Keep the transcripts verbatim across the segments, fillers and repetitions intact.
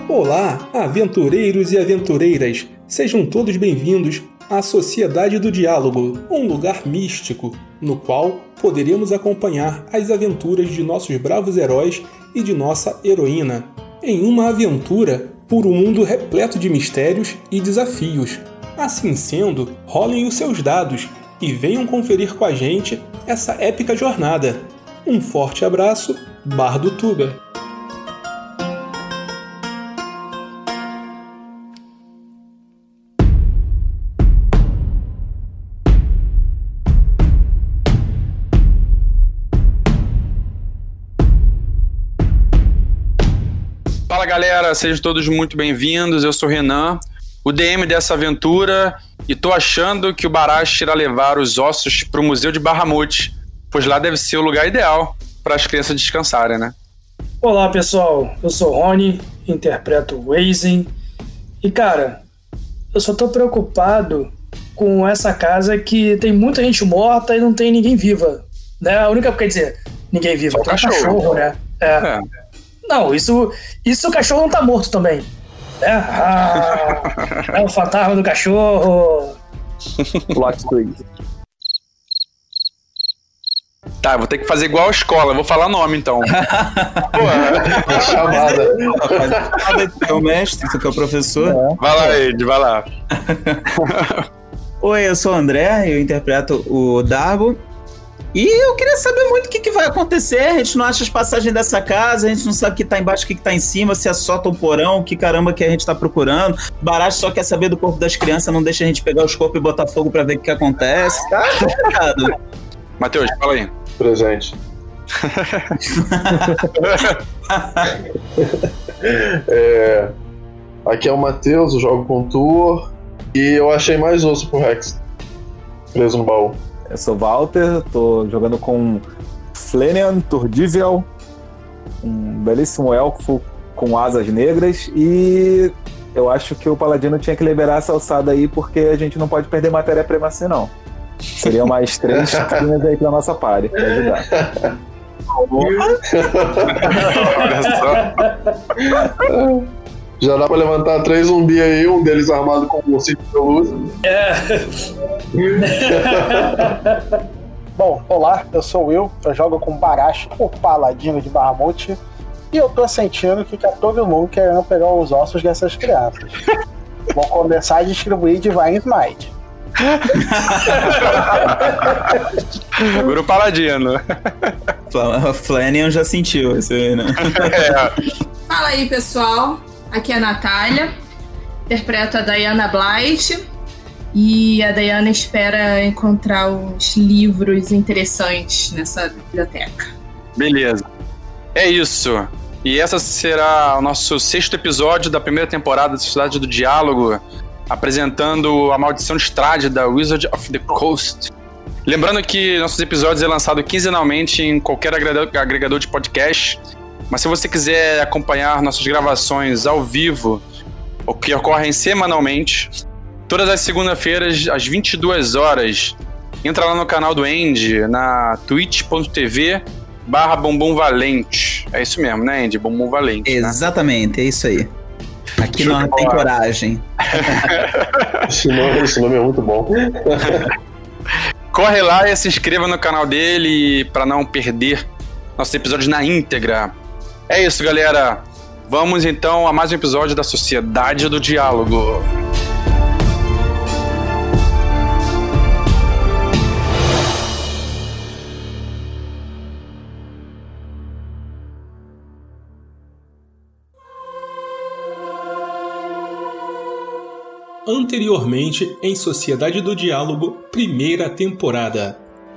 Olá, aventureiros e aventureiras! Sejam todos bem-vindos à Sociedade do Diálogo, um lugar místico, no qual poderemos acompanhar as aventuras de nossos bravos heróis e de nossa heroína, em uma aventura por um mundo repleto de mistérios e desafios. Assim sendo, rolem os seus dados e venham conferir com a gente essa épica jornada. Um forte abraço, Bardo Tuga! Fala galera, sejam todos muito bem-vindos, eu sou o Renan, o D M dessa aventura, e tô achando que o Barash irá levar os ossos pro Museu de Bahamut, pois lá deve ser o lugar ideal para as crianças descansarem, né? Olá pessoal, eu sou o Rony, interpreto o Wazen, e cara, eu só tô preocupado com essa casa que tem muita gente morta e não tem ninguém viva, né? A única, quer dizer, ninguém viva, Só tem um cachorro. cachorro, né? É. É. Não, isso, isso o cachorro não tá morto também. Né? Ah, é o fantasma do cachorro. Plot twist. Tá, vou ter que fazer igual a escola, vou falar nome então. Pô, Chamada. É o mestre, tu que é o professor. É. vai lá, Ed, vai lá. Oi, eu sou o André, eu interpreto o Darbo. E eu queria saber muito o que, que vai acontecer. A gente não acha as passagens dessa casa, a gente não sabe o que tá embaixo, o que, que tá em cima, se é sótão, porão, que caramba que a gente tá procurando. Baracho só quer saber do corpo das crianças, não deixa a gente pegar os corpos e botar fogo pra ver o que, que acontece. Tá complicado. Matheus, fala aí. Presente. é, aqui é o Matheus, eu jogo com o Tuor. E eu achei mais osso pro Rex preso no baú. Eu sou o Walter, tô jogando com Flenian Turdivel, um belíssimo elfo com asas negras, e eu acho que o Paladino tinha que liberar essa alçada aí, porque a gente não pode perder matéria-prima assim, não. Seriam mais três tirinhas aí pra nossa party, pra ajudar. Olha só. Já dá pra levantar três zumbis aí, um deles armado com um bolsinho de pelúcia. É. Bom, olá, eu sou o Will, eu jogo com Barash, o paladino de Bahamut, e eu tô sentindo que tá todo mundo querendo pegar os ossos dessas crianças. Vou começar a distribuir Divine Smite. Segura o Paladino. A Flanian já sentiu isso aí, né? É. Fala aí, pessoal. Aqui é a Natália, interpreto a Diana Blight, e a Diana espera encontrar uns livros interessantes nessa biblioteca. Beleza. É isso. E essa será o nosso sexto episódio da primeira temporada da Sociedade do Diálogo, apresentando a Maldição de Strahd da Wizard of the Coast. Lembrando que nossos episódios é lançado quinzenalmente em qualquer agregador de podcast. Mas se você quiser acompanhar nossas gravações ao vivo, o que ocorrem semanalmente, todas as segundas-feiras, às vinte e duas horas, entra lá no canal do Andy, na twitch.tv barra Bumbum Valente. É isso mesmo, né, Andy? Bumbum Valente. Exatamente, né? É isso aí. Aqui Show não de tem bola. coragem. Esse nome, esse nome é muito bom. Corre lá e se inscreva no canal dele para não perder nossos episódios na íntegra. É isso, galera. Vamos então a mais um episódio da Sociedade do Diálogo. Anteriormente em Sociedade do Diálogo, primeira temporada.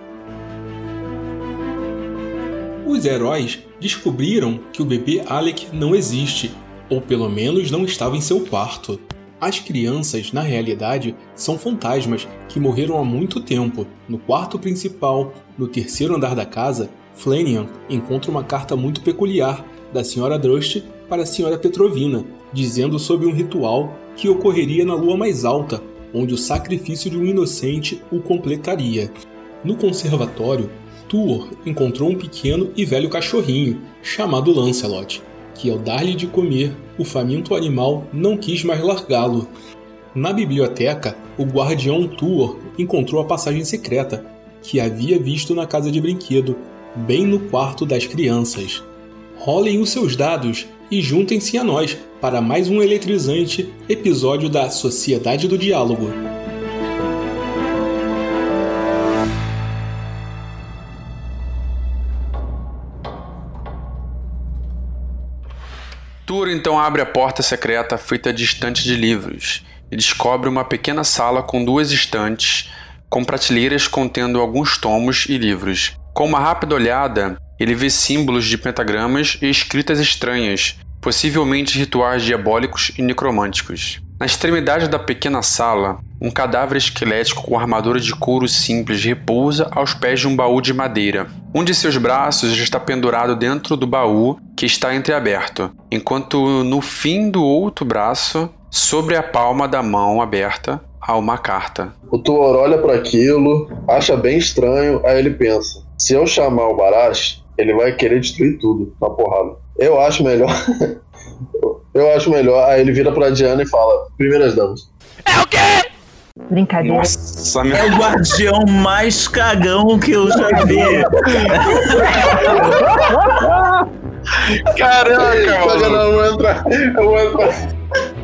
Os heróis descobriram que o bebê Alec não existe, ou pelo menos não estava em seu quarto. As crianças, na realidade, são fantasmas que morreram há muito tempo. No quarto principal, no terceiro andar da casa, Flanian encontra uma carta muito peculiar da senhora Drust para a senhora Petrovina, dizendo sobre um ritual que ocorreria na lua mais alta, onde o sacrifício de um inocente o completaria. No conservatório, Tuor encontrou um pequeno e velho cachorrinho, chamado Lancelot. que ao dar-lhe de comer, o faminto animal não quis mais largá-lo. Na biblioteca, o guardião Tuor encontrou a passagem secreta, que havia visto na casa de brinquedo, bem no quarto das crianças. Rolem os seus dados e juntem-se a nós para mais um eletrizante episódio da Sociedade do Diálogo. Tuor então abre a porta secreta feita de estante de livros e descobre uma pequena sala com duas estantes, com prateleiras contendo alguns tomos e livros. Com uma rápida olhada, ele vê símbolos de pentagramas e escritas estranhas, possivelmente rituais diabólicos e necromânticos. Na extremidade da pequena sala, um cadáver esquelético com armadura de couro simples repousa aos pés de um baú de madeira. Um de seus braços já está pendurado dentro do baú, que está entreaberto, enquanto no fim do outro braço, sobre a palma da mão aberta, há uma carta. O Tuor olha para aquilo, acha bem estranho, aí ele pensa: se eu chamar o Barash, ele vai querer destruir tudo, na porrada. Eu acho melhor... eu acho melhor, aí ele vira pra Diana e fala: primeiras damas. É o quê? Brincadeira. Nossa, meu... É o guardião mais cagão que eu já vi. Caraca, mano. Não, eu vou entrar. Eu vou entrar.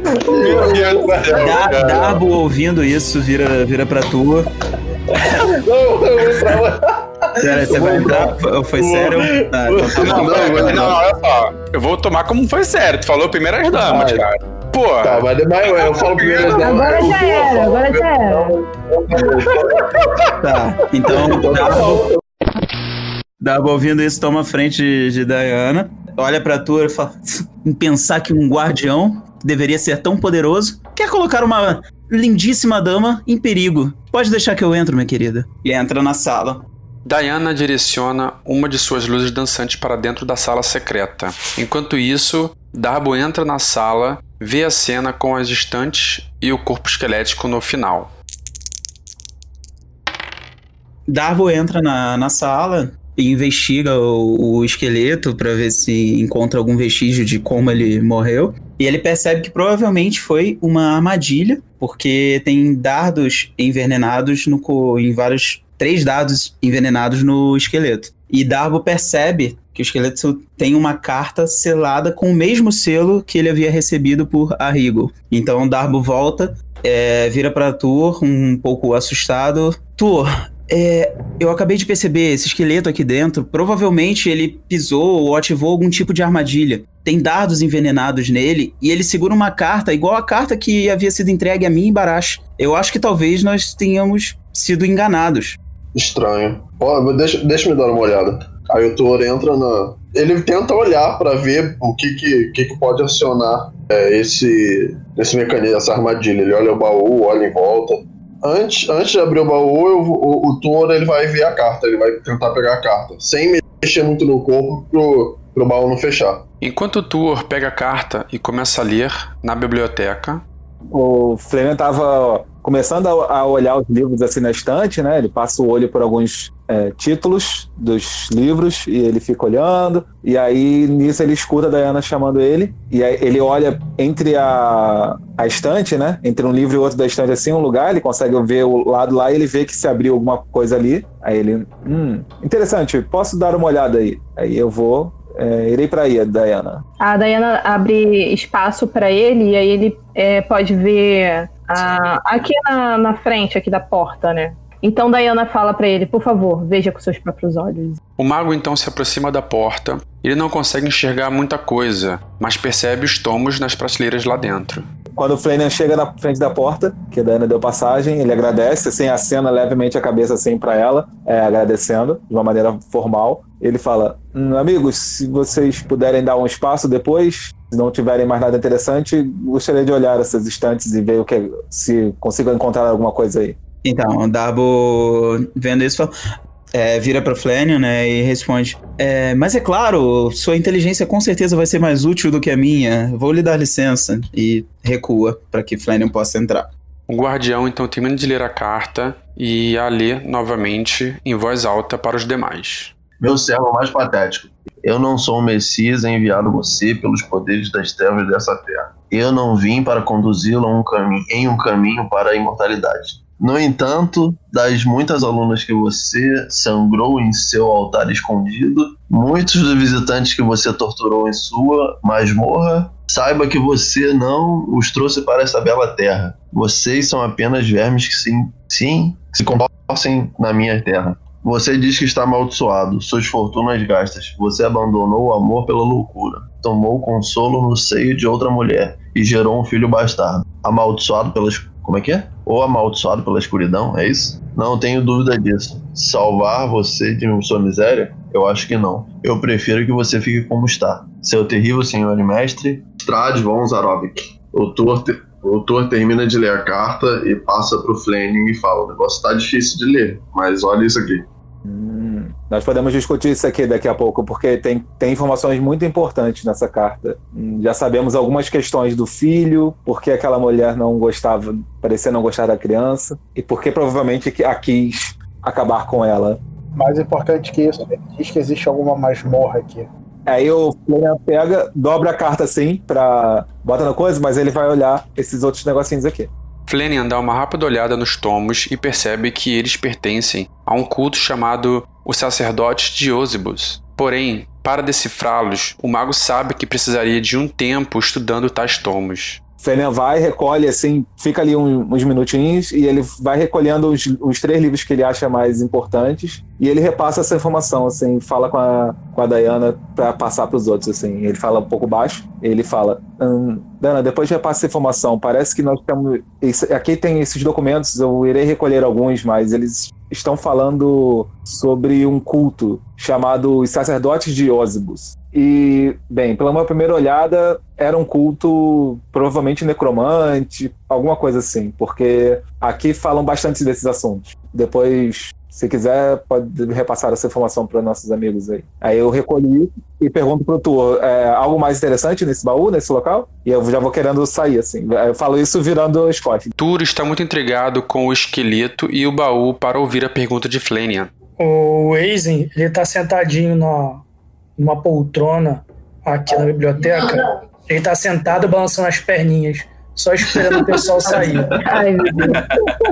Dar, Darbo ouvindo isso, vira, vira pra tua. Não, eu vou entrar. Pera, você vai entrar? Foi sério? Ah, então tá não, bom. não, não, não, olha só. Eu vou tomar como foi sério. Tu falou primeiras damas, Ai. cara. Pô. Tá, mas demais, eu falo primeiras damas. Agora já era, agora já era. Tá, então Darbo, Darbo ouvindo isso, toma a frente de, de Diana, olha pra tua e fala: em pensar que um guardião deveria ser tão poderoso, quer colocar uma lindíssima dama em perigo. Pode deixar que eu entro, minha querida. E entra na sala. Diana direciona uma de suas luzes dançantes para dentro da sala secreta. Enquanto isso, Darbo entra na sala, vê a cena com as estantes e o corpo esquelético no final. Darbo entra na, na sala e investiga o, o esqueleto para ver se encontra algum vestígio de como ele morreu. E ele percebe que provavelmente foi uma armadilha, porque tem dardos envenenados no, em vários... Três dardos envenenados no esqueleto. E Darbo percebe que o esqueleto tem uma carta selada com o mesmo selo que ele havia recebido por Arrigo. Então Darbo volta, é, vira para Tuor um pouco assustado. Tuor, é, eu acabei de perceber esse esqueleto aqui dentro. Provavelmente ele pisou ou ativou algum tipo de armadilha. Tem dardos envenenados nele e ele segura uma carta igual a carta que havia sido entregue a mim e Barash. Eu acho que talvez nós tenhamos sido enganados. Estranho. Ó, deixa, deixa eu me dar uma olhada. Aí o Tuor entra na... Ele tenta olhar pra ver o que que, que, que pode acionar é, esse, esse mecanismo, essa armadilha. Ele olha o baú, olha em volta. Antes, antes de abrir o baú, eu, o, o Tuor ele vai ver a carta. Ele vai tentar pegar a carta, sem mexer muito no corpo pro, pro baú não fechar. Enquanto o Tuor pega a carta e começa a ler na biblioteca... O Flamengo tava começando a, a olhar os livros assim na estante, né? Ele passa o olho por alguns é, títulos dos livros e ele fica olhando. E aí, nisso, ele escuta a Diana chamando ele. E aí ele olha entre a, a estante, né? Entre um livro e outro da estante, assim, um lugar. Ele consegue ver o lado lá e ele vê que se abriu alguma coisa ali. Aí ele... Hum, interessante, posso dar uma olhada aí? Aí eu vou... É, irei pra aí, Diana. A Diana abre espaço pra ele e aí ele é, pode ver a, aqui na, na frente aqui da porta, né? Então Diana fala pra ele: por favor, veja com seus próprios olhos. O mago então se aproxima da porta. Ele não consegue enxergar muita coisa, mas percebe os tomos nas prateleiras lá dentro. Quando o Flanagan chega na frente da porta, que a Diana deu passagem, ele agradece, assim, acena levemente a cabeça assim pra ela, é, agradecendo de uma maneira formal. Ele fala: hum, amigos, se vocês puderem dar um espaço depois, se não tiverem mais nada interessante, gostaria de olhar essas estantes e ver o que, se consigo encontrar alguma coisa aí. Então, o Darbo, vendo isso, fala, é, vira pra Flanagan, né, e responde: é, mas é claro, sua inteligência com certeza vai ser mais útil do que a minha, vou lhe dar licença. E recua para que Flanagan possa entrar. O guardião então termina de ler a carta e a lê novamente em voz alta para os demais. Meu servo mais patético. Eu não sou um Messias enviado a você pelos poderes das trevas dessa terra. Eu não vim para conduzi-lo a um caminho, em um caminho para a imortalidade. No entanto, das muitas alunas que você sangrou em seu altar escondido, muitos dos visitantes que você torturou em sua masmorra, saiba que você não os trouxe para essa bela terra. Vocês são apenas vermes que sim, sim se comportem na minha terra. Você diz que está amaldiçoado, suas fortunas gastas. Você abandonou o amor pela loucura. Tomou consolo no seio de outra mulher e gerou um filho bastardo. Amaldiçoado pelas... Como é que é? Ou amaldiçoado pela escuridão, é isso? Não tenho dúvida disso. Salvar você de sua miséria? Eu acho que não. Eu prefiro que você fique como está. Seu terrível senhor e mestre, Strad von Zarovich. O Thor, te... o Thor termina de ler a carta e passa pro Fleming e fala: o negócio tá difícil de ler, mas olha isso aqui. Hum, nós podemos discutir isso aqui daqui a pouco, porque tem, tem informações muito importantes nessa carta. Hum, já sabemos algumas questões do filho, porque aquela mulher não gostava, parecia não gostar da criança, e porque provavelmente a quis acabar com ela. Mais importante que isso, ele diz que existe alguma masmorra aqui. Aí o Florian pega, dobra a carta assim, pra... bota na coisa, mas ele vai olhar esses outros negocinhos aqui. Flanian dá uma rápida olhada nos tomos e percebe que eles pertencem a um culto chamado o Sacerdote de Osibus. Porém, para decifrá-los, o mago sabe que precisaria de um tempo estudando tais tomos. Flanian vai, recolhe, assim, fica ali um, uns minutinhos e ele vai recolhendo os, os três livros que ele acha mais importantes e ele repassa essa informação, assim, fala com a, com a Diana pra passar pros outros, assim. Ele fala um pouco baixo, ele fala: hum, Diana, depois de repassar essa informação, parece que nós temos... Esse, aqui tem esses documentos, eu irei recolher alguns, mas eles estão falando sobre um culto chamado os Sacerdotes de Osibus. E, bem, pela minha primeira olhada, era um culto provavelmente necromante, alguma coisa assim, porque aqui falam bastante desses assuntos. Depois, se quiser, pode repassar essa informação para nossos amigos aí. Aí eu recolhi e pergunto pro Tuor, é, algo mais interessante nesse baú, nesse local? E eu já vou querendo sair, assim. Eu falo isso virando o Scott. Tuor está muito intrigado com o esqueleto e o baú para ouvir a pergunta de Flanian. O Eisen, ele tá sentadinho na... numa poltrona aqui na biblioteca. Ele tá sentado balançando as perninhas, só esperando o pessoal sair. Ai, meu Deus.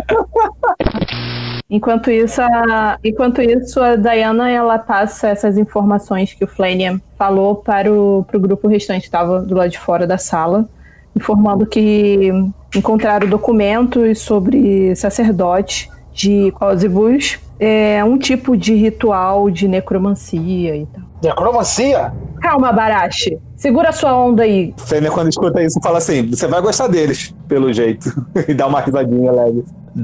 Enquanto isso, a, enquanto isso, a Diana, ela passa essas informações que o Flanian falou para o pro grupo restante que estava do lado de fora da sala, informando que encontraram documentos sobre sacerdote de Osibus, é um tipo de ritual de necromancia e tal. Necromancia? Calma, Barashi. Segura sua onda aí. Flanian, quando escuta isso, fala assim: você vai gostar deles, pelo jeito. E dá uma risadinha leve.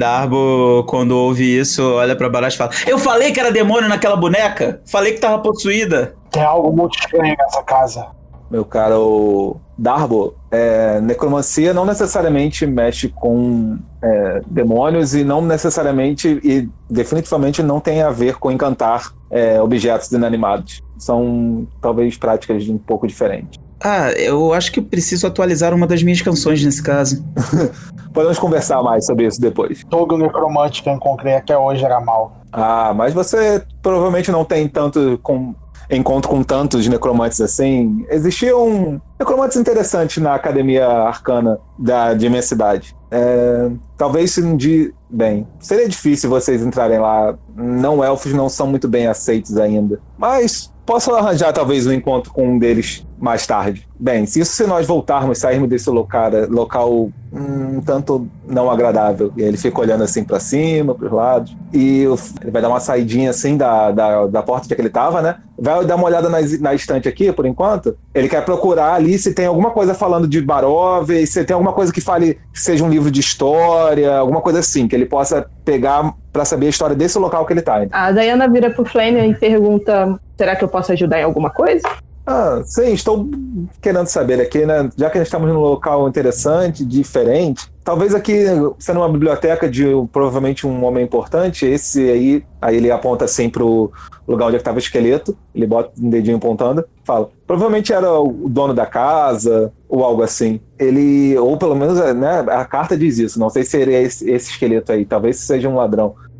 Darbo, quando ouve isso, olha pra Barashi e fala: eu falei que era demônio naquela boneca? Falei que tava possuída. Tem algo muito estranho nessa casa. Meu caro Darbo, é, necromancia não necessariamente mexe com é, demônios e não necessariamente e definitivamente não tem a ver com encantar é, objetos inanimados. São talvez práticas um pouco diferentes. Ah, eu acho que eu preciso atualizar uma das minhas canções nesse caso. Podemos conversar mais sobre isso depois. Todo necromante que eu encontrei até hoje era mau. Ah, mas você provavelmente não tem tanto com... encontro com tantos necromantes assim. Existiam necromantes interessantes na Academia Arcana da, de minha cidade. É, talvez se um dia... Bem, seria difícil vocês entrarem lá. Não elfos não são muito bem aceitos ainda. Mas posso arranjar talvez um encontro com um deles mais tarde. Bem, se isso se nós voltarmos, sairmos desse local, local um tanto não agradável. E aí ele fica olhando assim pra cima, pros lados. E ele vai dar uma saidinha assim da, da, da porta que ele tava, né? Vai dar uma olhada na, na estante aqui, por enquanto. Ele quer procurar ali se tem alguma coisa falando de Barov, se tem alguma coisa que fale que seja um livro de história, alguma coisa assim, que ele possa pegar pra saber a história desse local que ele tá. A Diana vira pro Flanian e pergunta: será que eu posso ajudar em alguma coisa? Ah, sim, estou querendo saber aqui, né? Já que estamos num local interessante, diferente, talvez aqui, sendo uma biblioteca de provavelmente um homem importante, esse aí, aí ele aponta assim pro lugar onde estava o esqueleto, ele bota um dedinho apontando, fala, provavelmente era o dono da casa, ou algo assim. Ele, ou pelo menos, né, a carta diz isso, não sei se seria esse, esse esqueleto aí, talvez seja um ladrão.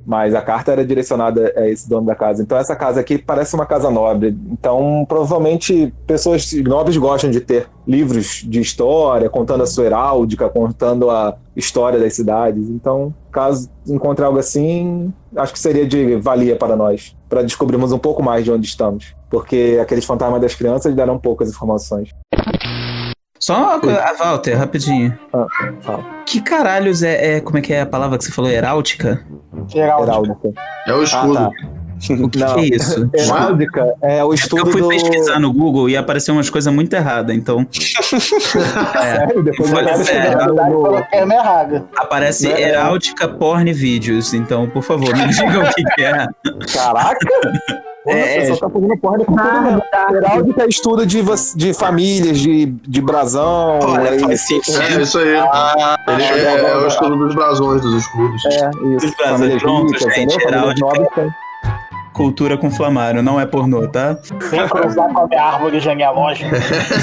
mas a carta era direcionada a esse dono da casa. Então essa casa aqui parece uma casa nobre. Então provavelmente pessoas nobres gostam de ter livros de história, contando a sua heráldica, contando a história das cidades. Então, caso encontre algo assim, acho que seria de valia para nós, para descobrirmos um pouco mais de onde estamos. Porque aqueles fantasmas das crianças deram poucas informações. Só uma coisa, Walter, rapidinho. Ah, fala. Que caralhos é, é. Como é que é a palavra que você falou? Heráldica? Heráldica. É o escudo. Ah, tá. O que, Não, que é isso? Heráldica é o estudo Eu fui do... pesquisar no Google e apareceu umas coisas muito erradas, então. é, Sério? Depois foi, eu quero é, estudar Falou no- que é errado. aparece Não é- Heráldica Porn Videos, então, por favor, me digam o que, que é. Caraca! Porra, É, o pessoal tá fazendo porra com todo mundo. Heráldica é estudo de, vac- de famílias, de, de brasão. Olha, é faz isso. sentido. É isso aí. Ele é, é o estudo dos brasões, dos escudos. É, isso. Dos brasões. Famílias Pronto, ricas, gente, entendeu? Famílias heráldica. nobres tem. Cultura com Flamário, não é pornô, tá? Vem cruzar com a minha árvore genealógica.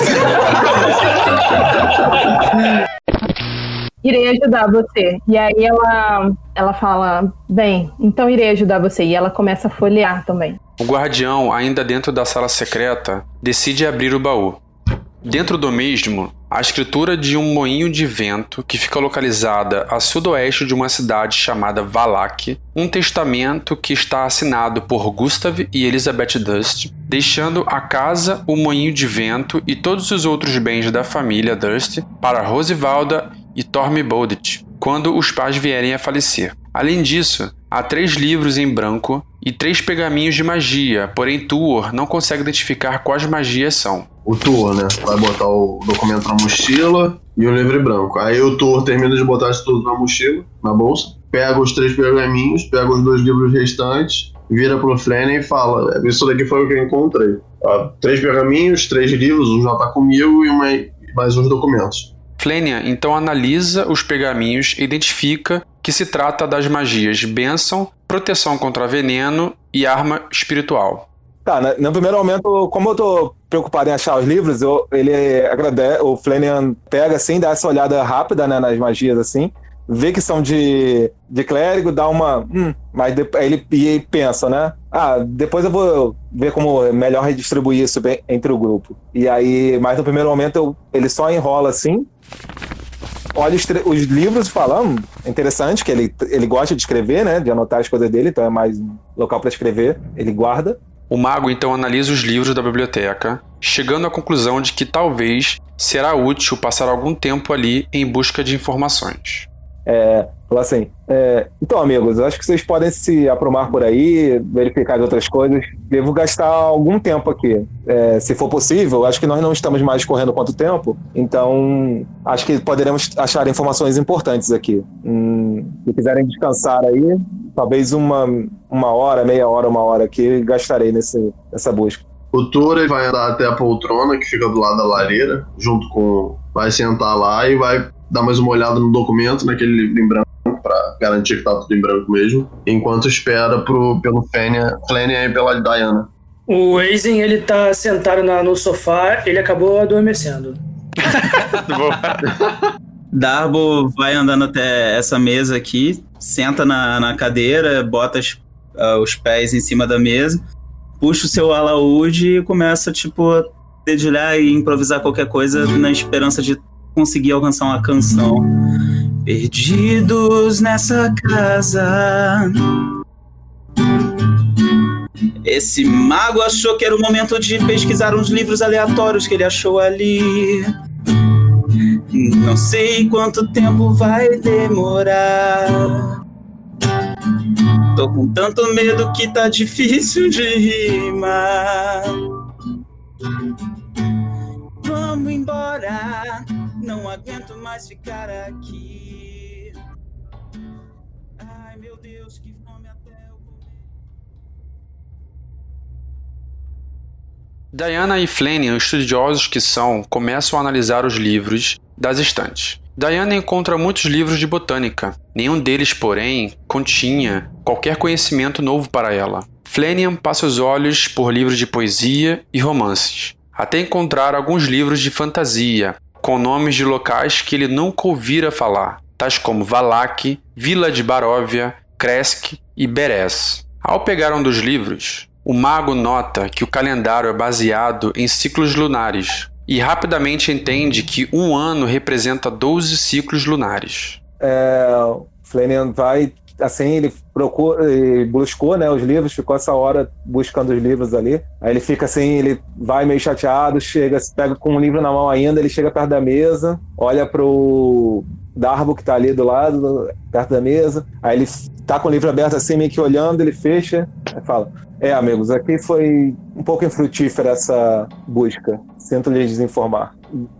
Irei ajudar você. E aí ela, ela fala, bem, então irei ajudar você. E ela começa a folhear também. O guardião, ainda dentro da sala secreta, decide abrir o baú. Dentro do mesmo, a escritura de um moinho de vento que fica localizada a sudoeste de uma cidade chamada Valak, um testamento que está assinado por Gustav e Elizabeth Durst, deixando a casa, o moinho de vento e todos os outros bens da família Durst para Rosivalda e Torme Bodit, quando os pais vierem a falecer. Além disso, há três livros em branco e três pergaminhos de magia, porém Tuor não consegue identificar quais magias são. O Tuor, né? Vai botar o documento na mochila e o livro em branco. Aí o Tuor termina de botar isso tudo na mochila, na bolsa, pega os três pergaminhos, pega os dois livros restantes, vira pro Flannery e fala: isso daqui foi o que eu encontrei. Ó, três pergaminhos, três livros, um já tá comigo e uma, mais uns documentos. Flênia então analisa os pergaminhos e identifica que se trata das magias Bênção, Proteção contra Veneno e Arma Espiritual. Tá, né, no primeiro momento, como eu tô preocupado em achar os livros, eu, ele agradece, o Flanagan pega assim, dá essa olhada rápida, né, nas magias assim, vê que são de, de clérigo, dá uma... Hum, mas de, aí ele e ele pensa, né? Ah, depois eu vou ver como é melhor redistribuir isso bem, entre o grupo. E aí, mas no primeiro momento, eu, ele só enrola assim, olha os, os livros e fala, hum, interessante, que ele, ele gosta de escrever, né? De anotar as coisas dele, então é mais um local para escrever, ele guarda. O mago então analisa os livros da biblioteca, chegando à conclusão de que talvez será útil passar algum tempo ali em busca de informações. É, fala assim, é, então amigos, eu acho que vocês podem se aprumar por aí, verificar de outras coisas. Devo gastar algum tempo aqui, é, se for possível. Acho que nós não estamos mais correndo quanto tempo, então acho que poderemos achar informações importantes aqui. Hum, se quiserem descansar aí, talvez uma, uma hora, meia hora, uma hora aqui, gastarei nesse, nessa busca. O Tuor ele vai andar até a poltrona que fica do lado da lareira, junto com... vai sentar lá e vai dar mais uma olhada no documento, naquele livro em branco, pra garantir que tá tudo em branco mesmo, enquanto espera pro, pelo Flanagan e pela Diana. O Aizen, ele tá sentado na, no sofá, ele acabou adormecendo. Darbo vai andando até essa mesa aqui, senta na, na cadeira, bota as, uh, os pés em cima da mesa, puxa o seu alaúde e começa, tipo, a dedilhar e improvisar qualquer coisa na esperança de conseguir alcançar uma canção. Perdidos nessa casa, esse mago achou que era o momento de pesquisar uns livros aleatórios que ele achou ali. Não sei quanto tempo vai demorar. Tô com tanto medo que tá difícil de rimar. Vamos embora, não aguento mais ficar aqui. Ai meu Deus, que fome até eu comer. Diana e Flanagan, estudiosos que são, começam a analisar os livros das estantes. Diana encontra muitos livros de botânica. Nenhum deles, porém, continha qualquer conhecimento novo para ela. Flanagan passa os olhos por livros de poesia e romances, até encontrar alguns livros de fantasia, com nomes de locais que ele nunca ouvira falar, tais como Valak, Vila de Baróvia, Kresk e Beres. Ao pegar um dos livros, o mago nota que o calendário é baseado em ciclos lunares e rapidamente entende que um ano representa doze ciclos lunares. É, o Flanagan vai, assim, ele procura, ele buscou, né, os livros, ficou essa hora buscando os livros ali. Aí ele fica assim, ele vai meio chateado, chega, pega com um livro na mão ainda, ele chega perto da mesa, olha pro Darbo que tá ali do lado, perto da mesa. Aí ele tá com o livro aberto assim, meio que olhando, ele fecha e fala: é, amigos, aqui foi um pouco infrutífera essa busca. Sinto lhes desinformar.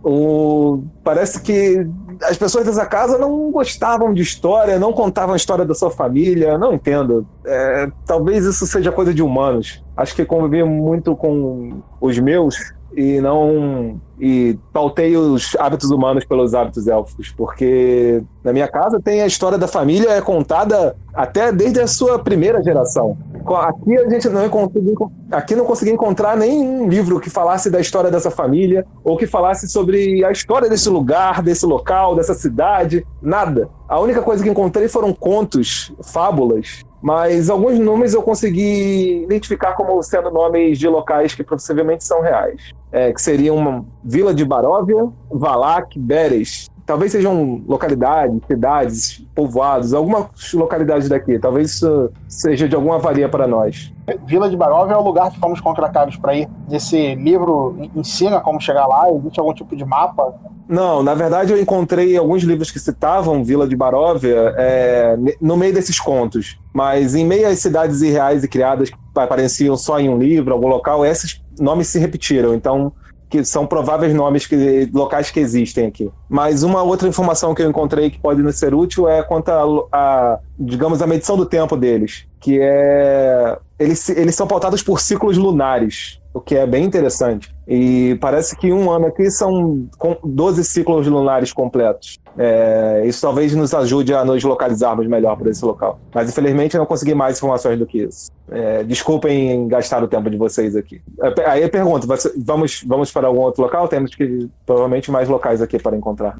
O... Parece que as pessoas dessa casa não gostavam de história, não contavam a história da sua família, não entendo. É, talvez isso seja coisa de humanos. Acho que convivi muito com os meus e não e pautei os hábitos humanos pelos hábitos élficos, porque na minha casa tem a história da família é contada até desde a sua primeira geração. Aqui a gente não conseguiu, aqui não consegui encontrar nenhum livro que falasse da história dessa família ou que falasse sobre a história desse lugar, desse local, dessa cidade, nada. A única coisa que encontrei foram contos, fábulas, mas alguns nomes eu consegui identificar como sendo nomes de locais que possivelmente são reais. É, que seriam uma Vila de Baróvia, Valak, Beres. Talvez sejam localidades, cidades, povoados, algumas localidades daqui. Talvez isso seja de alguma valia para nós. Vila de Baróvia é o lugar que fomos contratados para ir. Esse livro ensina como chegar lá? Existe algum tipo de mapa? Não, na verdade eu encontrei alguns livros que citavam Vila de Baróvia é, no meio desses contos. Mas em meio às cidades irreais e criadas que apareciam só em um livro, algum local, esses nomes se repetiram. Então, que são prováveis nomes, que, locais que existem aqui. Mas uma outra informação que eu encontrei que pode nos ser útil é quanto a, a digamos, a medição do tempo deles, que é... Eles, eles são pautados por ciclos lunares, o que é bem interessante. E parece que um ano aqui são doze ciclos lunares completos. É, isso talvez nos ajude a nos localizarmos melhor por esse local. Mas infelizmente eu não consegui mais informações do que isso. É, desculpem gastar o tempo de vocês aqui. Aí eu pergunto, vamos, vamos para algum outro local? Temos que provavelmente mais locais aqui para encontrar.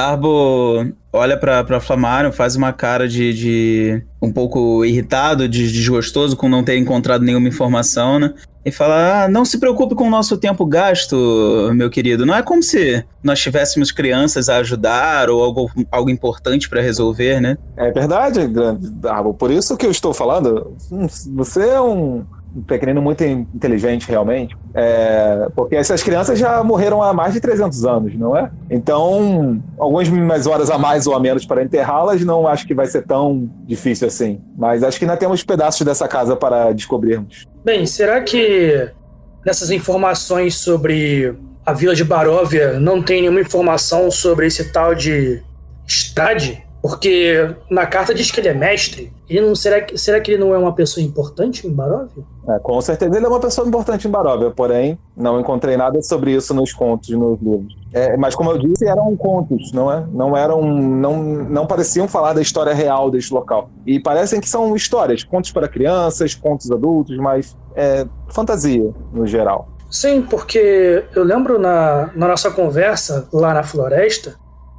Darbo olha para Flammarion, faz uma cara de, de um pouco irritado, de desgostoso com não ter encontrado nenhuma informação, né? E fala: ah, não se preocupe com o nosso tempo gasto, meu querido. Não é como se nós tivéssemos crianças a ajudar ou algo, algo importante para resolver, né? É verdade, Darbo. Por isso que eu estou falando. Você é um pequenino muito inteligente, realmente. É, porque essas crianças já morreram há mais de trezentos anos, não é? Então, algumas horas a mais ou a menos para enterrá-las, não acho que vai ser tão difícil assim. Mas acho que ainda temos pedaços dessa casa para descobrirmos. Bem, será que nessas informações sobre a Vila de Baróvia não tem nenhuma informação sobre esse tal de Strade? Porque na carta diz que ele é mestre. Ele não, será, que, será que ele não é uma pessoa importante em Baróvia? É, com certeza ele é uma pessoa importante em Baróvia, porém não encontrei nada sobre isso nos contos, nos livros. É, mas como eu disse, eram contos, não é? Não eram, não, não pareciam falar da história real deste local. E parecem que são histórias, contos para crianças, contos adultos, mas é fantasia no geral. Sim, porque eu lembro na, na nossa conversa lá na floresta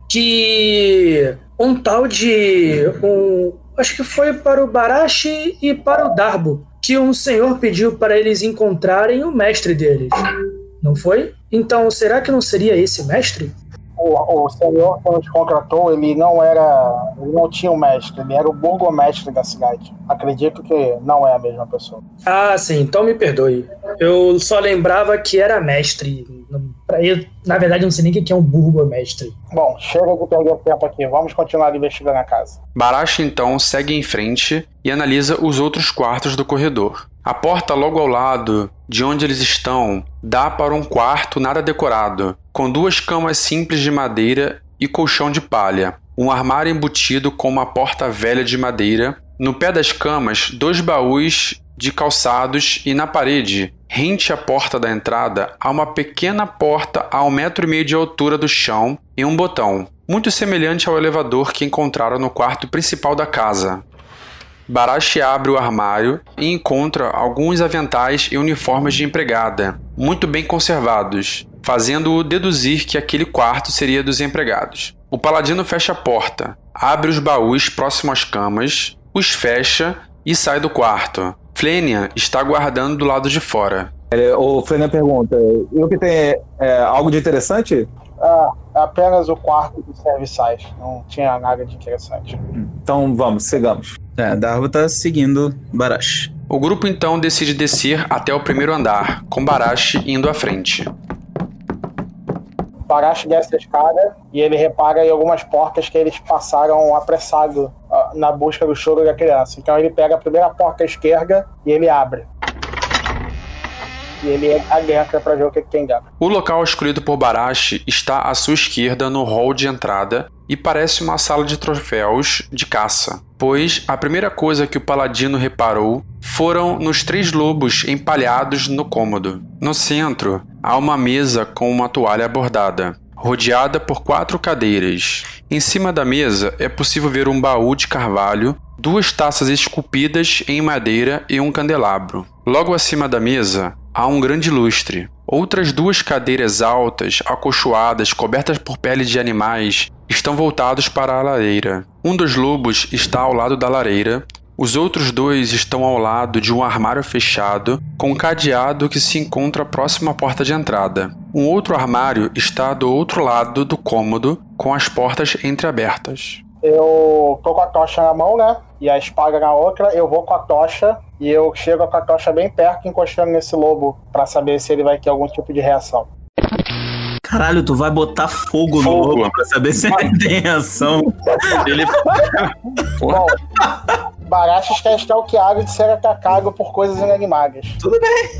que um tal de... Um, acho que foi para o Barashi e para o Darbo, que um senhor pediu para eles encontrarem o mestre deles. Não foi? Então, será que não seria esse mestre? O, o senhor que nos contratou, ele não era... Ele não tinha um mestre, ele era o burgomestre da cidade. Acredito que não é a mesma pessoa. Ah, sim, então me perdoe. Eu só lembrava que era mestre. Eu, na verdade, não sei nem o que é um burgomestre. Bom, chega de perder tempo aqui. Vamos continuar investigando a casa. Barashi, então, segue em frente e analisa os outros quartos do corredor. A porta logo ao lado, de onde eles estão, dá para um quarto nada decorado, com duas camas simples de madeira e colchão de palha, um armário embutido com uma porta velha de madeira, no pé das camas, dois baús de calçados e na parede, rente à porta da entrada, há uma pequena porta a um metro e meio de altura do chão e um botão, muito semelhante ao elevador que encontraram no quarto principal da casa. Barashi abre o armário e encontra alguns aventais e uniformes de empregada, muito bem conservados, fazendo-o deduzir que aquele quarto seria dos empregados. O paladino fecha a porta, abre os baús próximo às camas os fecha e sai do quarto. Flênia está aguardando do lado de fora. O Flênia pergunta, e o que tem é, é algo de interessante? Ah, é apenas o quarto do serviçais. Não tinha nada de interessante. Então vamos, sigamos. É, Darbo tá seguindo Barash. O grupo então decide descer até o primeiro andar, com Barash indo à frente. Barash desce a escada e ele repara em algumas portas que eles passaram apressado uh, na busca do choro da criança. Então ele pega a primeira porta à esquerda e ele abre. E ele adentra para ver o que tem dentro. O local escolhido por Barash está à sua esquerda no hall de entrada e parece uma sala de troféus de caça, pois a primeira coisa que o paladino reparou foram nos três lobos empalhados no cômodo. No centro, há uma mesa com uma toalha bordada, rodeada por quatro cadeiras. Em cima da mesa é possível ver um baú de carvalho, duas taças esculpidas em madeira e um candelabro. Logo acima da mesa, há um grande lustre. Outras duas cadeiras altas, acolchoadas, cobertas por pele de animais, estão voltados para a lareira. Um dos lobos está ao lado da lareira. Os outros dois estão ao lado de um armário fechado, com um cadeado que se encontra próximo à porta de entrada. Um outro armário está do outro lado do cômodo, com as portas entreabertas. Eu tô com a tocha na mão, né? E a espada na outra. Eu vou com a tocha e eu chego com a tocha bem perto, encostando nesse lobo, pra saber se ele vai ter algum tipo de reação. Caralho, tu vai botar fogo, Fogo. no lobo pra saber se ele tem reação. Ele... Bom, Barash quer stalkeado de ser atacado por coisas inanimadas. Tudo bem.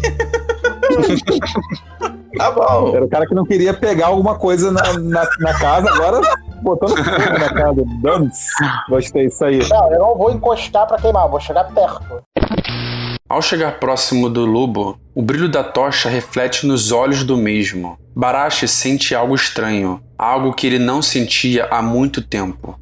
Tá bom. Era o cara que não queria pegar alguma coisa na, na, na casa, agora botando fogo na casa. Dance. Gostei disso aí. Não, eu não vou encostar pra queimar, vou chegar perto. Ao chegar próximo do lobo, o brilho da tocha reflete nos olhos do mesmo. Barash sente algo estranho, algo que ele não sentia há muito tempo.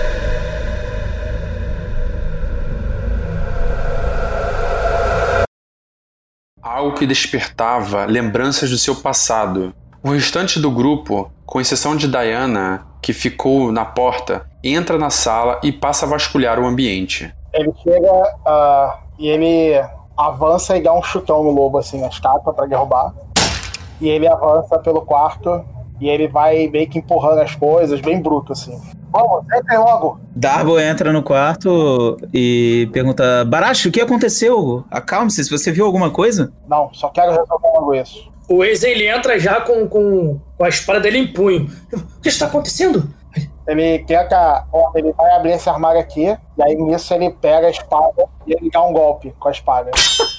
Algo que despertava lembranças do seu passado. O restante do grupo, com exceção de Diana, que ficou na porta, entra na sala e passa a vasculhar o ambiente. Ele chega uh, e ele avança e dá um chutão no lobo, assim, na estátua pra derrubar. E ele avança pelo quarto e ele vai meio que empurrando as coisas, bem bruto, assim. Vamos, entra logo! Darbo entra no quarto e pergunta: Barash, o que aconteceu? Acalme-se, se você viu alguma coisa? Não, só quero resolver logo isso. O Waze, ele entra já com, com, com a espada dele em punho. O que está acontecendo? Ele tenta, ó, ele vai abrir esse armário aqui, e aí nisso ele pega a espada e ele dá um golpe com a espada.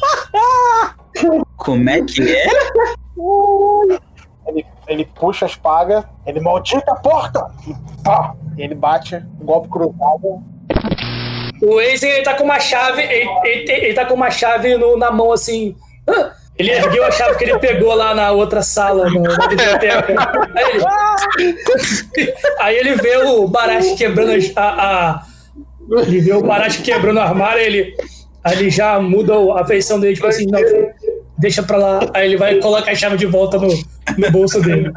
Como é que é? Ele, ele puxa a espada, ele maldita a porta! E pá! E ele bate um golpe cruzado. O Waze, ele tá com uma chave, ele, ele, ele tá com uma chave no, na mão, assim. Ah! Ele ergueu a chave que ele pegou lá na outra sala, no, na biblioteca. Aí ele, aí ele vê o Barash quebrando a, a... Ele vê o Barash quebrando o armário, ele, aí ele já muda a feição dele, tipo assim, não, deixa pra lá. Aí ele vai e coloca a chave de volta no, no bolso dele.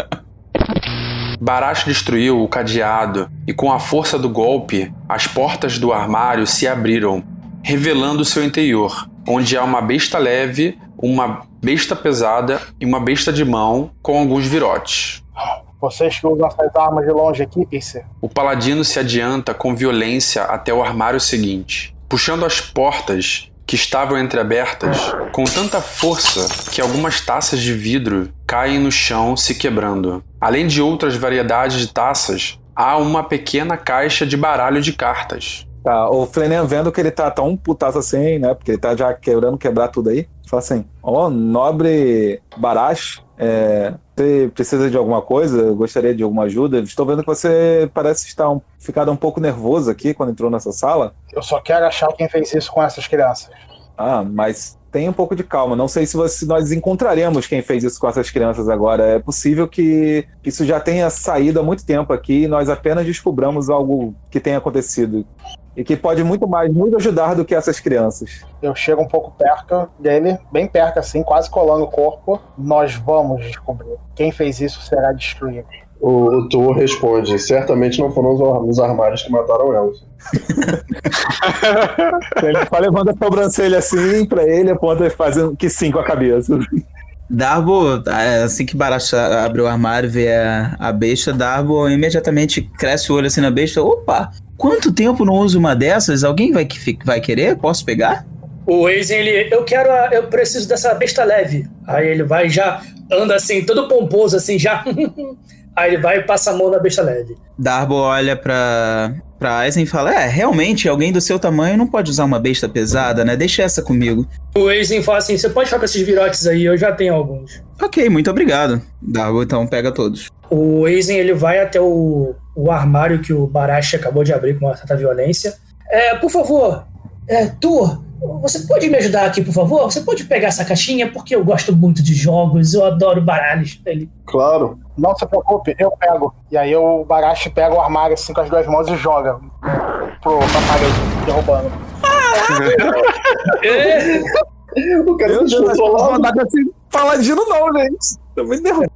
Barash destruiu o cadeado e, com a força do golpe, as portas do armário se abriram, revelando seu interior, onde há uma besta leve, uma besta pesada e uma besta de mão com alguns virotes. Vocês que usam essas armas de longe aqui, Pierce? O paladino se adianta com violência até o armário seguinte, puxando as portas que estavam entreabertas com tanta força que algumas taças de vidro caem no chão, se quebrando. Além de outras variedades de taças, há uma pequena caixa de baralho de cartas. Tá, o Flenian vendo que ele tá tão putaço assim, né? Porque ele tá já quebrando, quebrar tudo aí. Fala assim: ó, oh, nobre Barash, é, você precisa de alguma coisa? Gostaria de alguma ajuda? Estou vendo que você parece estar um, ficado um pouco nervoso aqui quando entrou nessa sala. Eu só quero achar quem fez isso com essas crianças. Ah, mas tenha um pouco de calma. Não sei se você, nós encontraremos quem fez isso com essas crianças agora. É possível que isso já tenha saído há muito tempo aqui e nós apenas descobramos algo que tenha acontecido. E que pode muito mais nos ajudar do que essas crianças. Eu chego um pouco perto dele, bem perto assim, quase colando o corpo. Nós vamos descobrir. Quem fez isso será destruído. O, o Thor responde, certamente não foram os, os armários que mataram elas. Ele só levanta a sobrancelha assim pra ele, aponta fazendo que sim com a cabeça. Darbo, assim que Barash abre o armário e vê a, a besta, Darbo imediatamente cresce o olho assim na besta. Opa, quanto tempo não uso uma dessas? Alguém vai, vai querer? Posso pegar? O Aizen, ele, eu quero, a, eu preciso dessa besta leve. Aí ele vai já, anda assim, todo pomposo assim, já. Aí ele vai e passa a mão na besta leve. Darbo olha pra, pra Aizen e fala, é, realmente, alguém do seu tamanho não pode usar uma besta pesada, né? Deixa essa comigo. O Aizen fala assim, você pode ficar com esses virotes aí, eu já tenho alguns. Ok, muito obrigado. Darbo, então, pega todos. O Aizen, ele vai até o, o armário que o Barash acabou de abrir com uma certa violência. É, por favor, é, Thor, você pode me ajudar aqui, por favor? Você pode pegar essa caixinha? Porque eu gosto muito de jogos, eu adoro baralhos. Ele... Claro. Não se preocupe, eu pego. E aí o Barash pega o armário assim com as duas mãos e joga pro, pra parede, derrubando. é. O cara não escutou lá. Não assim, paladino não, gente. Tô muito nervoso.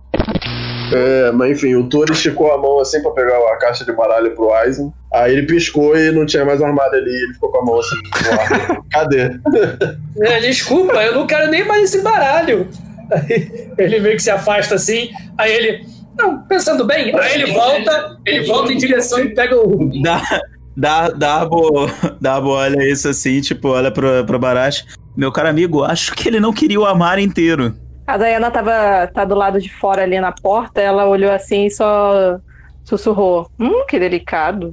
É, mas enfim, o Thor esticou a mão assim pra pegar a caixa de baralho pro Aizen. Aí ele piscou e não tinha mais armário ali. Ele ficou com a mão assim no ar. Cadê? É, desculpa, eu não quero nem mais esse baralho. Aí ele meio que se afasta assim. Aí ele, não, pensando bem. Aí ele volta, ele volta em direção e pega o... Dá, dá, Darbo, Darbo olha isso assim, tipo, olha pro, pro Barash. Meu caro amigo, acho que ele não queria o armário inteiro. A Diana tava tá do lado de fora ali na porta, ela olhou assim e só sussurrou. Hum, que delicado.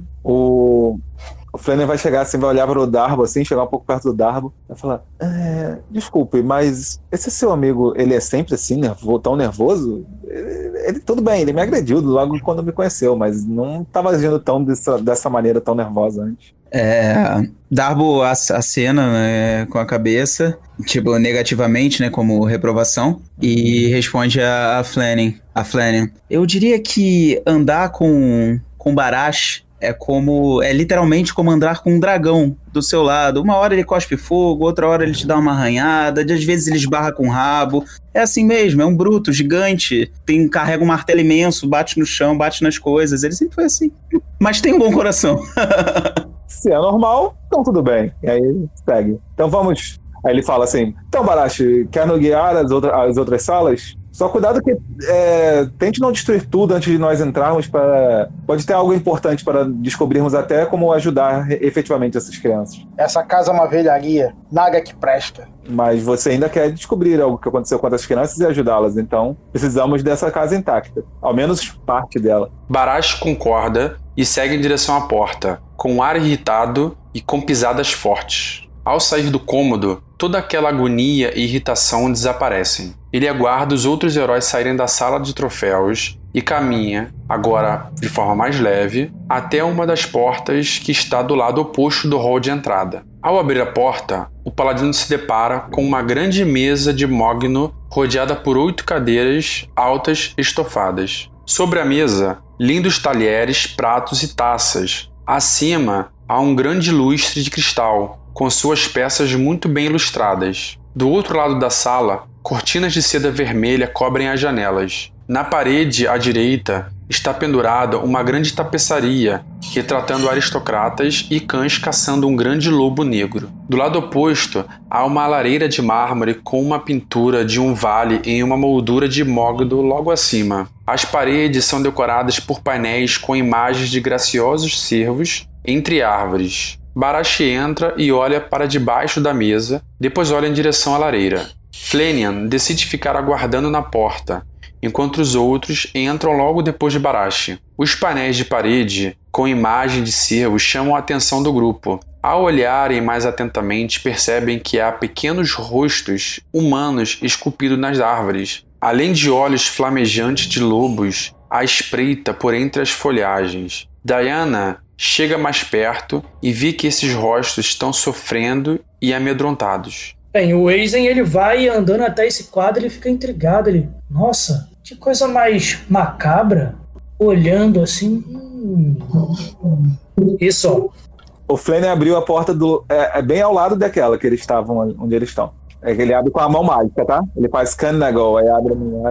O, o Flanner vai chegar assim, vai olhar para o Darbo, assim, chegar um pouco perto do Darbo, vai falar, é, desculpe, mas esse seu amigo, ele é sempre assim, nervo, tão nervoso? Ele, ele, tudo bem, ele me agrediu logo quando me conheceu, mas não estava agindo tão dessa, dessa maneira tão nervosa antes. É, Darbo acena, né, com a cabeça, tipo, negativamente, né, como reprovação, e responde a, a Flanning. A Flanning. Eu diria que andar com, com Barash é como, é literalmente como andar com um dragão do seu lado. Uma hora ele cospe fogo, outra hora ele te dá uma arranhada, às vezes ele esbarra com o rabo. É assim mesmo, é um bruto, gigante, tem, carrega um martelo imenso, bate no chão, bate nas coisas, ele sempre foi assim. Mas tem um bom coração. Se é normal, então tudo bem. E aí segue. Então vamos... Aí ele fala assim, então Barash, quer nos guiar as, outra, as outras salas? Só cuidado que é, tente não destruir tudo antes de nós entrarmos. Para... Pode ter algo importante para descobrirmos até como ajudar efetivamente essas crianças. Essa casa é uma velharia, nada que presta. Mas você ainda quer descobrir algo que aconteceu com essas crianças e ajudá-las, então precisamos dessa casa intacta, ao menos parte dela. Barash concorda e segue em direção à porta, com um ar irritado e com pisadas fortes. Ao sair do cômodo, toda aquela agonia e irritação desaparecem. Ele aguarda os outros heróis saírem da sala de troféus e caminha, agora de forma mais leve, até uma das portas que está do lado oposto do hall de entrada. Ao abrir a porta, o paladino se depara com uma grande mesa de mogno rodeada por oito cadeiras altas estofadas. Sobre a mesa, lindos talheres, pratos e taças. Acima, há um grande lustre de cristal, com suas peças muito bem ilustradas. Do outro lado da sala, cortinas de seda vermelha cobrem as janelas. Na parede à direita está pendurada uma grande tapeçaria, retratando aristocratas e cães caçando um grande lobo negro. Do lado oposto, há uma lareira de mármore com uma pintura de um vale em uma moldura de mogno logo acima. As paredes são decoradas por painéis com imagens de graciosos cervos entre árvores. Barash entra e olha para debaixo da mesa, depois olha em direção à lareira. Flanian decide ficar aguardando na porta, enquanto os outros entram logo depois de Barash. Os painéis de parede, com imagem de cervos, chamam a atenção do grupo. Ao olharem mais atentamente, percebem que há pequenos rostos humanos esculpidos nas árvores, além de olhos flamejantes de lobos à espreita por entre as folhagens. Diana chega mais perto e vê que esses rostos estão sofrendo e amedrontados. Bem, o Aizen, ele vai andando até esse quadro e ele fica intrigado. Ele, nossa, que coisa mais macabra. Olhando assim... Hum, hum. Isso, ó. O Flanner abriu a porta do... É, é bem ao lado daquela que eles estavam, onde eles estão. É que ele abre com a mão mágica, tá? Ele faz Canago, aí abre a mão mágica.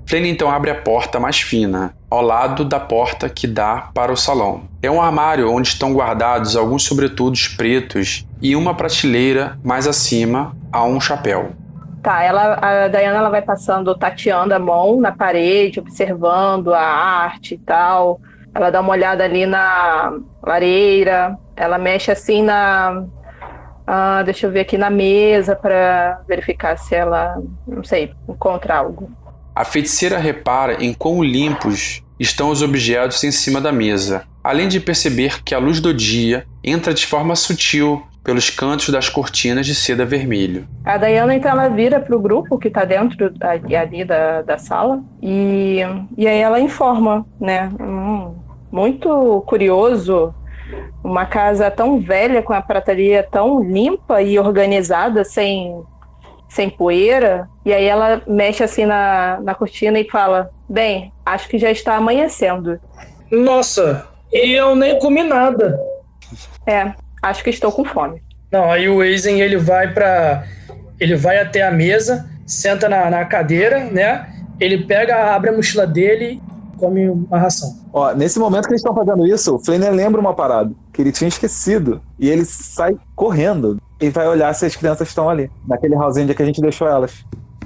Flynn então abre a porta mais fina, ao lado da porta que dá para o salão. É um armário onde estão guardados alguns sobretudos pretos e uma prateleira mais acima há um chapéu. Tá, ela, a Diana ela vai passando, tateando a mão na parede, observando a arte e tal. Ela dá uma olhada ali na lareira, ela mexe assim na... Ah, deixa eu ver aqui na mesa para verificar se ela, não sei, encontra algo. A feiticeira repara em quão limpos estão os objetos em cima da mesa, além de perceber que a luz do dia entra de forma sutil pelos cantos das cortinas de seda vermelho. A Diana, então, ela vira para o grupo que está dentro ali da, da sala e, e aí ela informa, né? Hum, muito curioso, uma casa tão velha, com a prataria tão limpa e organizada, sem, sem poeira. E aí ela mexe assim na, na cortina e fala: bem, acho que já está amanhecendo. Nossa, e eu nem comi nada. É, acho que estou com fome. Não, aí o Eisen, ele vai para ele vai até a mesa, senta na, na cadeira, né? Ele pega, abre a mochila dele e come uma ração. Ó, nesse momento que eles estão fazendo isso, o Flanner lembra uma parada que ele tinha esquecido. E ele sai correndo e vai olhar se as crianças estão ali, naquele house onde que a gente deixou elas.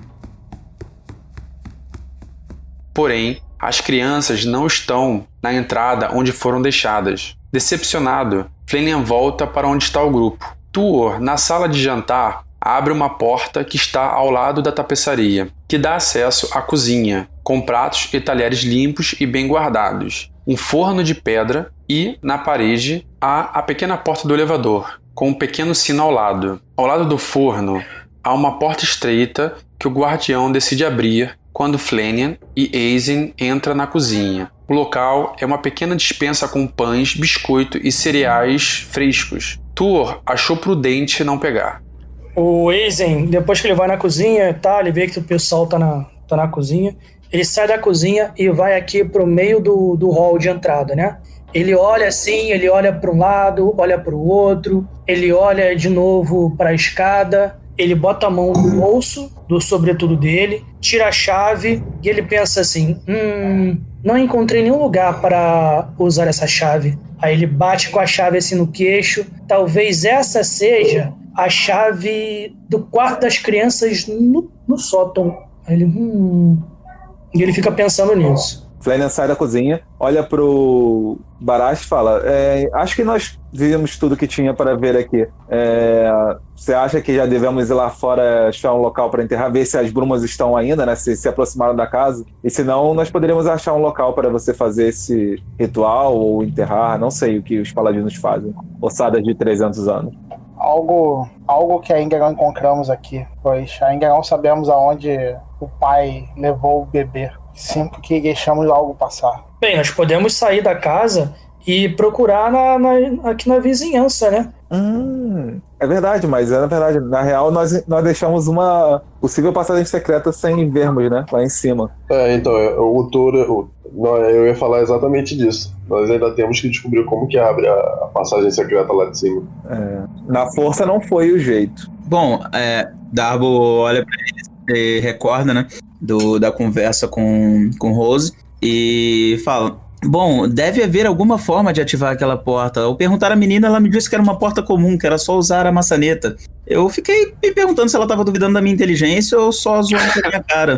Porém, as crianças não estão na entrada onde foram deixadas. Decepcionado, Flanagan volta para onde está o grupo. Tuor, na sala de jantar, abre uma porta que está ao lado da tapeçaria, que dá acesso à cozinha, com pratos e talheres limpos e bem guardados, um forno de pedra e, na parede, há a pequena porta do elevador, com um pequeno sino ao lado. Ao lado do forno, há uma porta estreita que o guardião decide abrir quando Flanagan e Eisen entram na cozinha. O local é uma pequena despensa com pães, biscoito e cereais frescos. Tuor achou prudente não pegar. O Eisen, depois que ele vai na cozinha, tá, ele vê que o pessoal tá na, tá na cozinha, ele sai da cozinha e vai aqui pro meio do, do hall de entrada, né? Ele olha assim, ele olha para um lado, olha para o outro, ele olha de novo para a escada, ele bota a mão no bolso do sobretudo dele, tira a chave e ele pensa assim, hum, não encontrei nenhum lugar para usar essa chave. Aí ele bate com a chave assim no queixo, talvez essa seja a chave do quarto das crianças no, no sótão. Aí ele, hum... E ele fica pensando nisso. Flanagan sai da cozinha, olha pro Barash e fala, é, acho que nós vimos tudo que tinha para ver aqui. É, você acha que já devemos ir lá fora achar um local para enterrar, ver se as brumas estão ainda, né, se se aproximaram da casa? E se não, nós poderíamos achar um local para você fazer esse ritual ou enterrar, não sei o que os paladinos fazem. Ossadas de trezentos anos. Algo, algo que ainda não encontramos aqui, pois ainda não sabemos aonde o pai levou o bebê. Sinto que deixamos algo passar. Bem, nós podemos sair da casa e procurar na, na, aqui na vizinhança, né? Hum, é verdade, mas é na verdade, na real, nós, nós deixamos uma possível passagem secreta sem vermos, né? Lá em cima. É, então, o Toro, eu ia falar exatamente disso. Nós ainda temos que descobrir como que abre a, a passagem secreta lá de cima. É, na força não foi o jeito. Bom, é, Darbo olha pra ele e recorda, né? Do, da conversa com, com Rose e fala, bom, deve haver alguma forma de ativar aquela porta. Ao perguntar à menina, ela me disse que era uma porta comum, que era só usar a maçaneta. Eu fiquei me perguntando se ela estava duvidando da minha inteligência ou só zoando com a minha cara.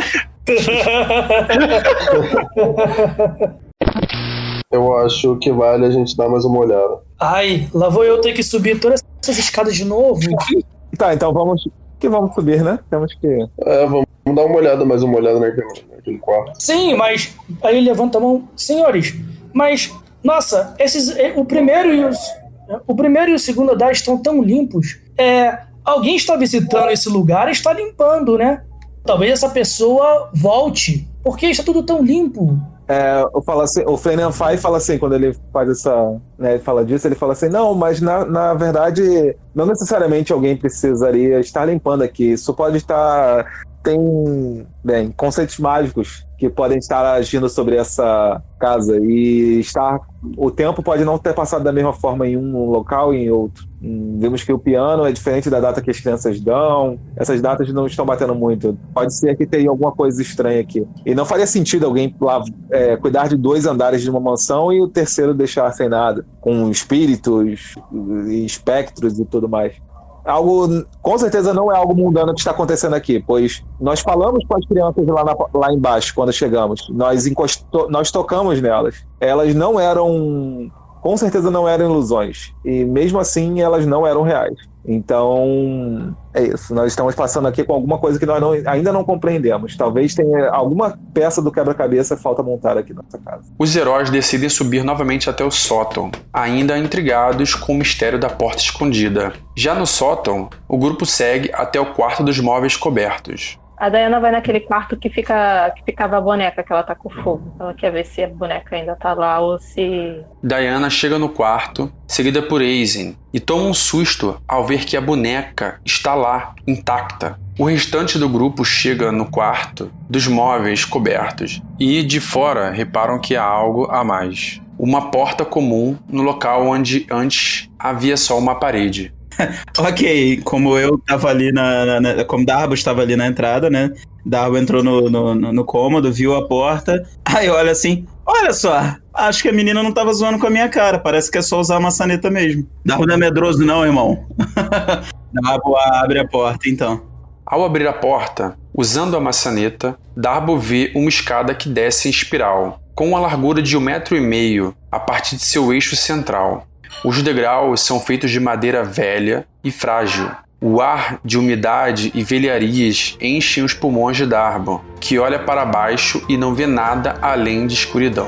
Eu acho que vale a gente dar mais uma olhada. Ai, lá vou eu ter que subir todas essas escadas de novo. Tá, então vamos que vamos subir, né? Temos que... É, vamos dar uma olhada, mais uma olhada naquele, naquele quarto. Sim, mas... Aí ele levanta a mão. Senhores, mas... Nossa, esses, o primeiro e os... O primeiro e o segundo andar estão tão limpos. É, alguém está visitando esse lugar e está limpando, né? Talvez essa pessoa volte. Porque está tudo tão limpo. É, eu falo assim, o Flanagan faz fala assim, quando ele faz essa, né, ele fala disso, ele fala assim, não, mas na, na verdade, não necessariamente alguém precisaria estar limpando aqui, isso pode estar, tem, bem, conceitos mágicos que podem estar agindo sobre essa casa e estar, o tempo pode não ter passado da mesma forma em um local e em outro. Vimos que o piano é diferente da data que as crianças dão. Essas datas não estão batendo muito. Pode ser que tenha alguma coisa estranha aqui. E não faria sentido alguém lá, é, cuidar de dois andares de uma mansão e o terceiro deixar sem nada, com espíritos e espectros e tudo mais. Algo, com certeza não é algo mundano que está acontecendo aqui, pois nós falamos com as crianças lá, na, lá embaixo quando chegamos. Nós, encosto, nós tocamos nelas. Elas não eram... Com certeza não eram ilusões. E mesmo assim, elas não eram reais. Então, é isso. Nós estamos passando aqui com alguma coisa que nós não, ainda não compreendemos. Talvez tenha alguma peça do quebra-cabeça falta montar aqui nessa casa. Os heróis decidem subir novamente até o sótão, ainda intrigados com o mistério da porta escondida. Já no sótão, o grupo segue até o quarto dos móveis cobertos. A Diana vai naquele quarto que, fica, que ficava a boneca, que ela tá com fogo. Ela quer ver se a boneca ainda tá lá ou se... Diana chega no quarto, seguida por Aizen, e toma um susto ao ver que a boneca está lá, intacta. O restante do grupo chega no quarto dos móveis cobertos e, de fora, reparam que há algo a mais. Uma porta comum no local onde antes havia só uma parede. Ok, como eu tava ali na, na... Como Darbo estava ali na entrada, né? Darbo entrou no, no, no cômodo, viu a porta. Aí olha assim, olha só, acho que a menina não tava zoando com a minha cara. Parece que é só usar a maçaneta mesmo. Darbo não é medroso não, irmão. Darbo abre a porta, então. Ao abrir a porta, usando a maçaneta, Darbo vê uma escada que desce em espiral, com uma largura de um metro e meio a partir de seu eixo central. Os degraus são feitos de madeira velha e frágil. O ar de umidade e velharias enchem os pulmões de Darbo, que olha para baixo e não vê nada além de escuridão.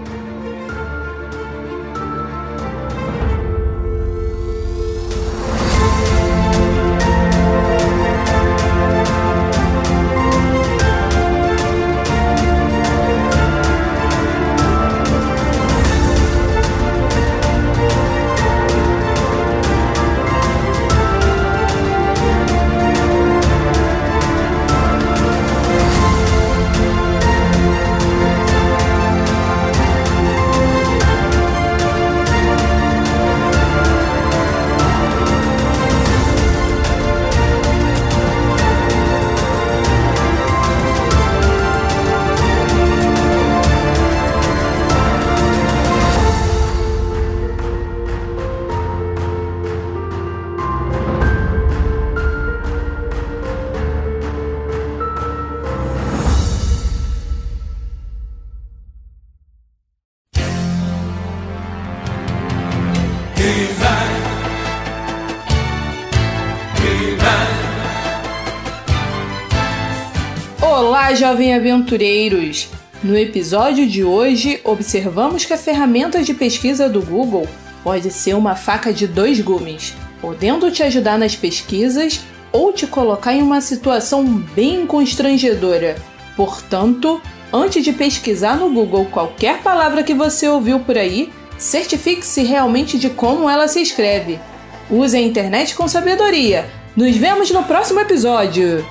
Olá, jovens aventureiros! No episódio de hoje, observamos que a ferramenta de pesquisa do Google pode ser uma faca de dois gumes, podendo te ajudar nas pesquisas ou te colocar em uma situação bem constrangedora. Portanto, antes de pesquisar no Google qualquer palavra que você ouviu por aí, certifique-se realmente de como ela se escreve. Use a internet com sabedoria. Nos vemos no próximo episódio!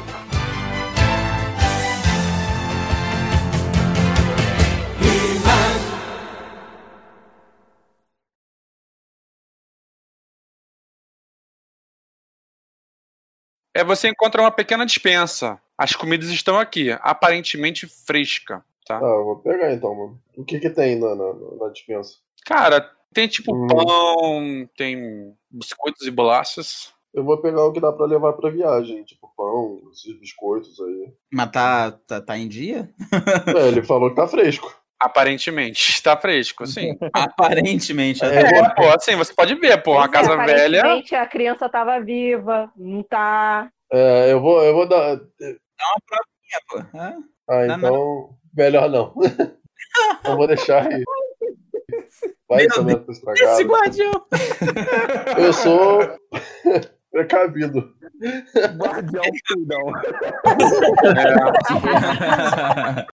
É, você encontra uma pequena despensa. As comidas estão aqui, aparentemente fresca, tá? Ah, eu vou pegar então, mano. O que que tem na, na, na despensa? Cara, tem tipo Hum. pão, tem biscoitos e bolachas. Eu vou pegar o que dá pra levar pra viagem, tipo pão, esses biscoitos aí. Mas tá, tá, tá em dia? É, ele falou que tá fresco. Aparentemente, está fresco, sim. Aparentemente. É, até. É, pô, assim, você pode ver, pô, uma Pois é, casa velha. aparentemente a criança tava viva, não tá. É, eu vou, eu vou dar. Dá uma provinha, pô. É. Ah, Não, então. Melhor não. Eu vou deixar aí. Vai Meu também tá estragado. Esse guardião. Eu sou precavido. Guardião, cuidão. É.